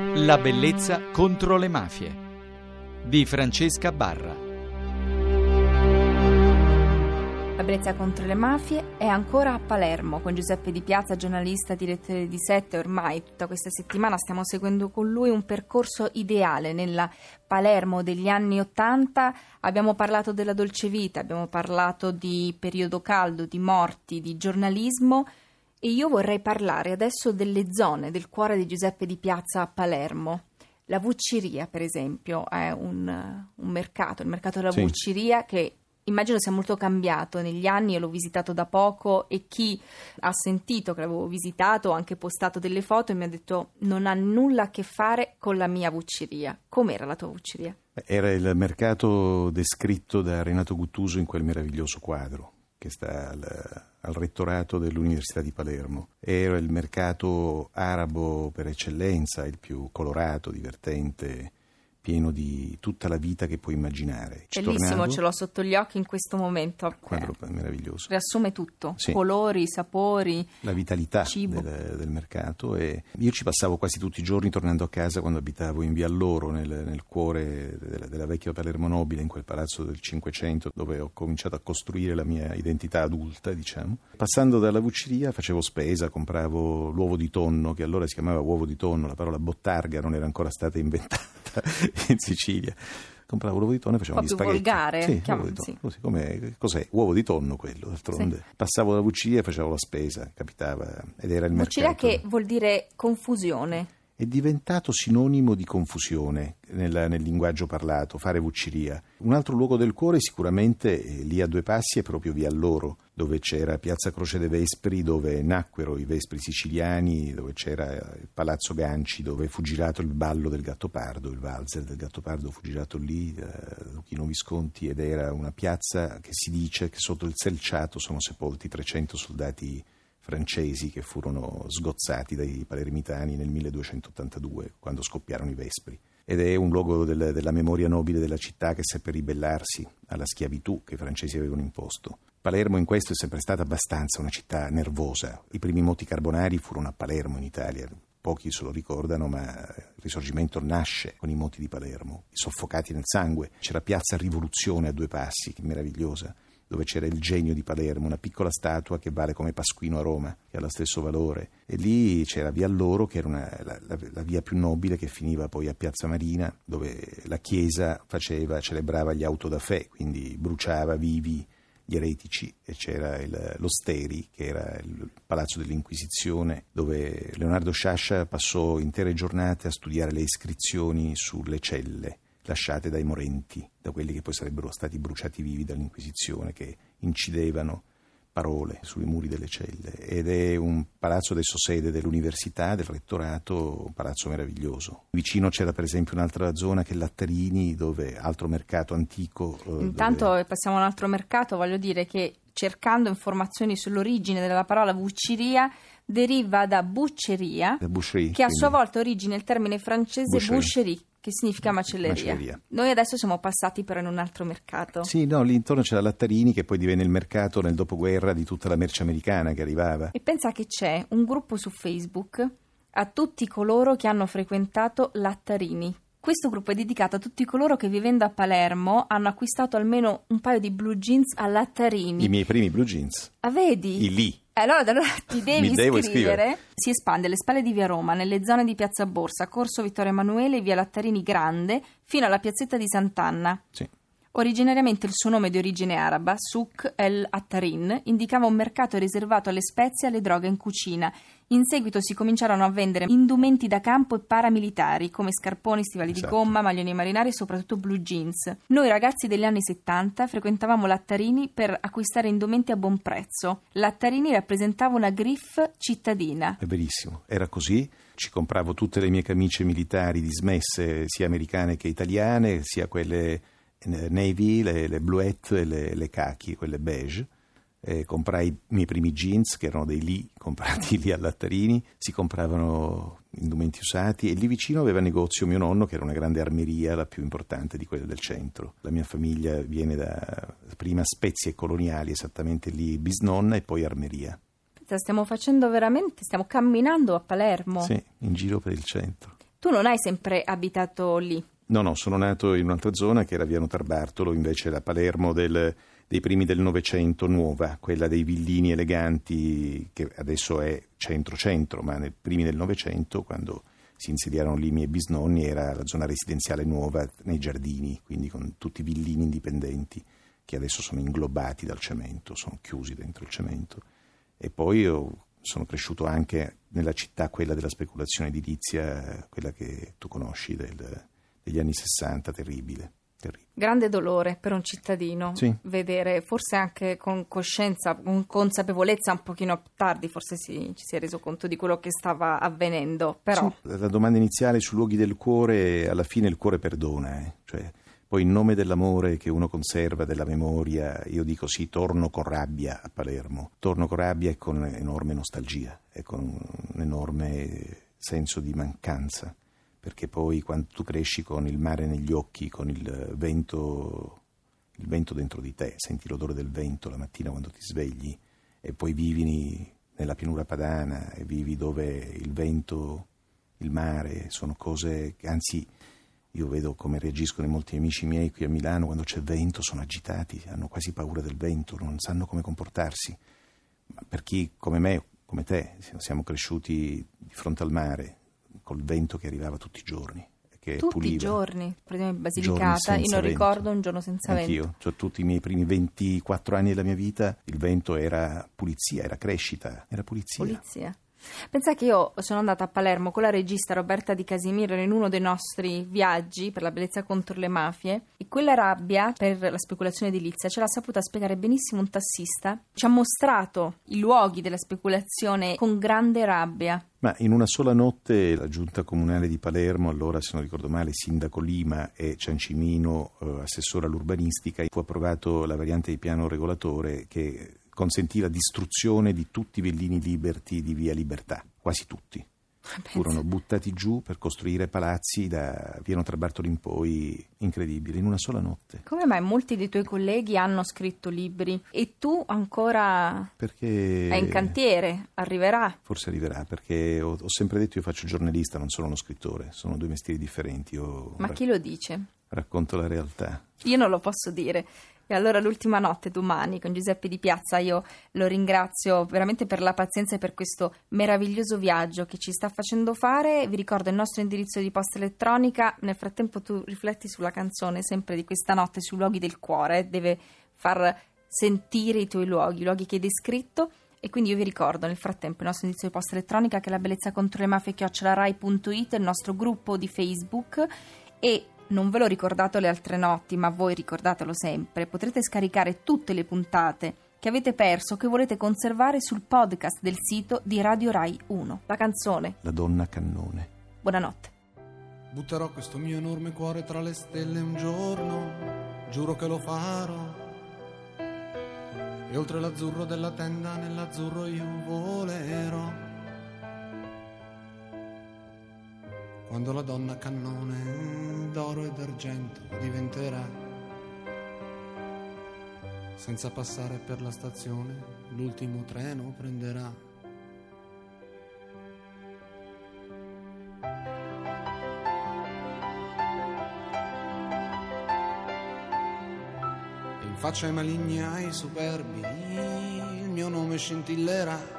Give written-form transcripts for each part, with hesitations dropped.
La bellezza contro le mafie di Francesca Barra. La bellezza contro le mafie è ancora a Palermo con Giuseppe Di Piazza, giornalista, direttore di Sette. Ormai tutta questa settimana stiamo seguendo con lui un percorso ideale nella Palermo degli anni '80. Abbiamo parlato della dolce vita, abbiamo parlato di periodo caldo, di morti, di giornalismo. E io vorrei parlare adesso delle zone del cuore di Giuseppe Di Piazza a Palermo. La Vucciria, per esempio, è un mercato, il mercato della Vucciria, che immagino sia molto cambiato negli anni. Io l'ho visitato da poco e chi ha sentito che l'avevo visitato, ho anche postato delle foto e mi ha detto non ha nulla a che fare con la mia Vucciria. Com'era la tua Vucciria? Era il mercato descritto da Renato Guttuso in quel meraviglioso quadro che sta al rettorato dell'Università di Palermo. Era il mercato arabo per eccellenza, il più colorato, divertente, pieno di tutta la vita che puoi immaginare. Bellissimo, ce l'ho sotto gli occhi in questo momento. Quadro meraviglioso. Riassume tutto, sì. Colori, sapori, la vitalità del mercato. E io ci passavo quasi tutti i giorni tornando a casa quando abitavo in Via Alloro, nel cuore della vecchia Palermo Nobile, in quel palazzo del Cinquecento dove ho cominciato a costruire la mia identità adulta, diciamo. Passando dalla Vucciria facevo spesa, compravo l'uovo di tonno, che allora si chiamava uovo di tonno, la parola bottarga non era ancora stata inventata in Sicilia. Compravo l'uovo di tonno e facevo gli spaghetti. Volgare, sì, uovo di tonno. Così, cos'è? Uovo di tonno quello, d'altronde. Sì. Passavo dalla Vucciria e facevo la spesa, capitava, ed era il Vucciria mercato. Che vuol dire confusione. È diventato sinonimo di confusione nel linguaggio parlato, fare Vucciria. Un altro luogo del cuore sicuramente lì a due passi è proprio Via Alloro, dove c'era Piazza Croce dei Vespri, dove nacquero i Vespri siciliani, dove c'era il Palazzo Ganci, dove fu girato il ballo del Gattopardo, il valzer del Gattopardo fu girato lì da Luchino Visconti, ed era una piazza che si dice che sotto il selciato sono sepolti 300 soldati francesi che furono sgozzati dai palermitani nel 1282, quando scoppiarono i Vespri. Ed è un luogo della memoria nobile della città che seppe ribellarsi alla schiavitù che i francesi avevano imposto. Palermo in questo è sempre stata abbastanza una città nervosa. I primi moti carbonari furono a Palermo in Italia. Pochi se lo ricordano, ma il Risorgimento nasce con i moti di Palermo, i soffocati nel sangue. C'era Piazza Rivoluzione a due passi, che meravigliosa, dove c'era il genio di Palermo, una piccola statua che vale come Pasquino a Roma, che ha lo stesso valore. E lì c'era Via Alloro, che era la via più nobile, che finiva poi a Piazza Marina, dove la Chiesa celebrava gli autodafè, quindi bruciava vivi gli eretici, e c'era l'Osteri, che era il palazzo dell'Inquisizione, dove Leonardo Sciascia passò intere giornate a studiare le iscrizioni sulle celle lasciate dai morenti, da quelli che poi sarebbero stati bruciati vivi dall'Inquisizione, che incidevano parole sui muri delle celle. Ed è un palazzo adesso sede dell'università, del rettorato, un palazzo meraviglioso. Vicino c'era per esempio un'altra zona che è Lattarini, dove altro mercato antico. Intanto passiamo a un altro mercato. Voglio dire che cercando informazioni sull'origine della parola Vucciria deriva da boucherie, che a sua volta origina il termine francese boucherie, che significa macelleria. Noi adesso siamo passati però in un altro mercato. Sì, no, lì intorno c'era Lattarini, che poi divenne il mercato nel dopoguerra di tutta la merce americana che arrivava. E pensa che c'è un gruppo su Facebook a tutti coloro che hanno frequentato Lattarini. Questo gruppo è dedicato a tutti coloro che, vivendo a Palermo, hanno acquistato almeno un paio di blue jeans a Lattarini. I miei primi blue jeans. Ah, vedi? I lì. Allora ti devi iscrivere. Si espande alle spalle di Via Roma, nelle zone di Piazza Borsa, Corso Vittorio Emanuele, Via Lattarini Grande, fino alla piazzetta di Sant'Anna. Sì. Originariamente il suo nome è di origine araba, Souk el Attarin, indicava un mercato riservato alle spezie e alle droghe in cucina. In seguito si cominciarono a vendere indumenti da campo e paramilitari, come scarponi, stivali di gomma, maglioni marinari e soprattutto blue jeans. Noi ragazzi degli anni 70 frequentavamo Lattarini per acquistare indumenti a buon prezzo. Lattarini rappresentava una griffe cittadina. È verissimo, era così. Ci compravo tutte le mie camicie militari dismesse, sia americane che italiane, sia quelle navy, le bluette e le khaki, quelle beige. Comprai i miei primi jeans, che erano dei lì, comprati lì a Lattarini. Si compravano indumenti usati, e lì vicino aveva negozio mio nonno, che era una grande armeria, la più importante di quelle del centro. La mia famiglia viene da prima spezie coloniali, esattamente lì bisnonna, e poi armeria. Stiamo facendo veramente, stiamo camminando a Palermo. Sì, in giro per il centro. Tu non hai sempre abitato lì? No, sono nato in un'altra zona che era via Notarbartolo, invece la Palermo dei primi del Novecento nuova, quella dei villini eleganti che adesso è centro-centro, ma nei primi del Novecento, quando si insediarono lì i miei bisnonni, era la zona residenziale nuova nei giardini, quindi con tutti i villini indipendenti che adesso sono inglobati dal cemento, sono chiusi dentro il cemento. E poi io sono cresciuto anche nella città, quella della speculazione edilizia, quella che tu conosci degli anni 60, terribile. Grande dolore per un cittadino, sì. Vedere, forse anche con coscienza, con consapevolezza un pochino tardi, forse ci si è reso conto di quello che stava avvenendo, però... Sì, la domanda iniziale sui luoghi del cuore, alla fine il cuore perdona, Cioè, poi in nome dell'amore che uno conserva, della memoria, io dico sì, torno con rabbia a Palermo, torno con rabbia e con enorme nostalgia e con un enorme senso di mancanza. Perché poi quando tu cresci con il mare negli occhi, con il vento dentro di te, senti l'odore del vento la mattina quando ti svegli e poi vivi nella pianura padana e vivi dove il vento, il mare sono cose che, anzi, io vedo come reagiscono molti amici miei qui a Milano quando c'è vento, sono agitati, hanno quasi paura del vento, non sanno come comportarsi. Ma per chi come me, come te, siamo cresciuti di fronte al mare, col vento che arrivava tutti i giorni, che tutti puliva. I giorni, prima in Basilicata, io non ricordo un giorno senza vento. Anch'io, cioè tutti i miei primi 24 anni della mia vita, il vento era pulizia, era crescita, era pulizia. Pensa che io sono andata a Palermo con la regista Roberta Di Casimiro in uno dei nostri viaggi per la bellezza contro le mafie, e quella rabbia per la speculazione edilizia ce l'ha saputa spiegare benissimo un tassista. Ci ha mostrato i luoghi della speculazione con grande rabbia. Ma in una sola notte la giunta comunale di Palermo, allora se non ricordo male sindaco Lima e Ciancimino, assessore all'urbanistica, fu approvato la variante di piano regolatore che consentì la distruzione di tutti i villini liberti di via Libertà, quasi tutti. Furono buttati giù per costruire palazzi da via Notarbartolo in poi, incredibili, in una sola notte. Come mai molti dei tuoi colleghi hanno scritto libri e tu ancora... Perché... è in cantiere, arriverà. Forse arriverà, perché ho sempre detto io faccio giornalista, non sono uno scrittore, sono due mestieri differenti. Ma chi lo dice? Racconto la realtà. Io non lo posso dire. E allora l'ultima notte domani con Giuseppe Di Piazza, io lo ringrazio veramente per la pazienza e per questo meraviglioso viaggio che ci sta facendo fare. Vi ricordo il nostro indirizzo di posta elettronica. Nel frattempo tu rifletti sulla canzone sempre di questa notte, sui luoghi del cuore, deve far sentire i tuoi luoghi, i luoghi che hai descritto. E quindi io vi ricordo nel frattempo il nostro indirizzo di posta elettronica che è la bellezza contro le mafie @rai.it, il nostro gruppo di Facebook. E non ve l'ho ricordato le altre notti, ma voi ricordatelo sempre. Potrete scaricare tutte le puntate che avete perso, che volete conservare sul podcast del sito di Radio Rai 1. La canzone La donna cannone. Buonanotte. Butterò questo mio enorme cuore tra le stelle un giorno, giuro che lo farò. E oltre l'azzurro della tenda, nell'azzurro io volerò. Quando la donna cannone d'oro e d'argento diventerà, senza passare per la stazione, l'ultimo treno prenderà. E in faccia ai maligni, ai superbi, il mio nome scintillerà.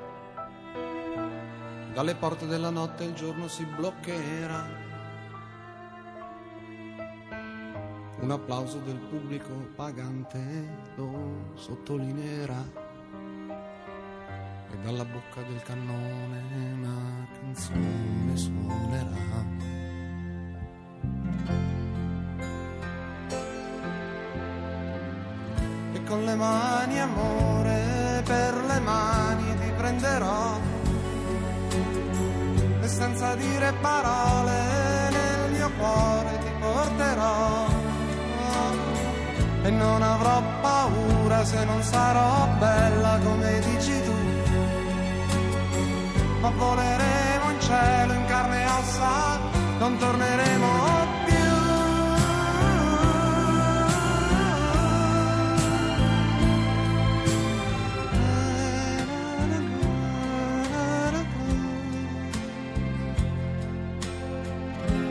Dalle porte della notte il giorno si bloccherà. Un applauso del pubblico pagante lo sottolineerà. E dalla bocca del cannone una canzone suonerà. E con le mani, amore, per le mani ti prenderò. E senza dire parole nel mio cuore ti porterò. E non avrò paura se non sarò bella come dici tu. Ma voleremo in cielo in carne e ossa, non torneremo più.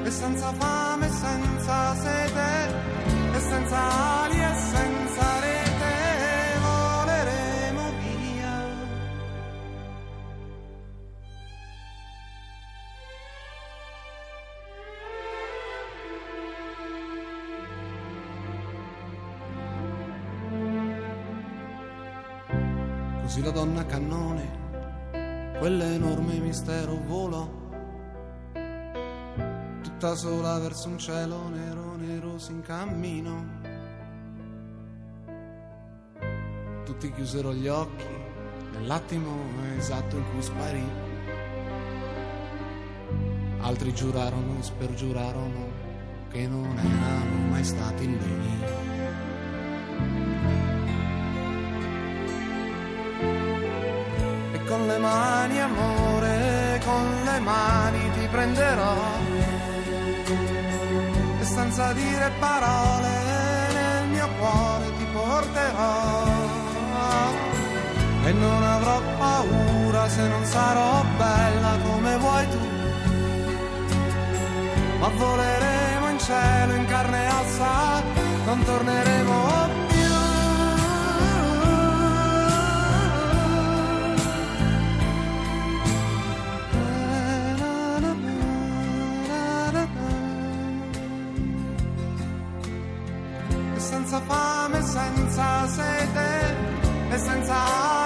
e senza fame, senza sete, e senza ali e senza rete, voleremo via. Così la donna cannone, quell'enorme mistero volò, tutta sola verso un cielo nero, nero in cammino. Tutti chiusero gli occhi nell'attimo esatto in cui sparì. Altri giurarono e spergiurarono che non erano mai stati lì. Con le mani, amore, con le mani ti prenderò, e senza dire parole nel mio cuore ti porterò, e non avrò paura se non sarò bella come vuoi tu, ma voleremo in cielo in carne e ossa, non torneremo più. Senza fame, senza sete e senza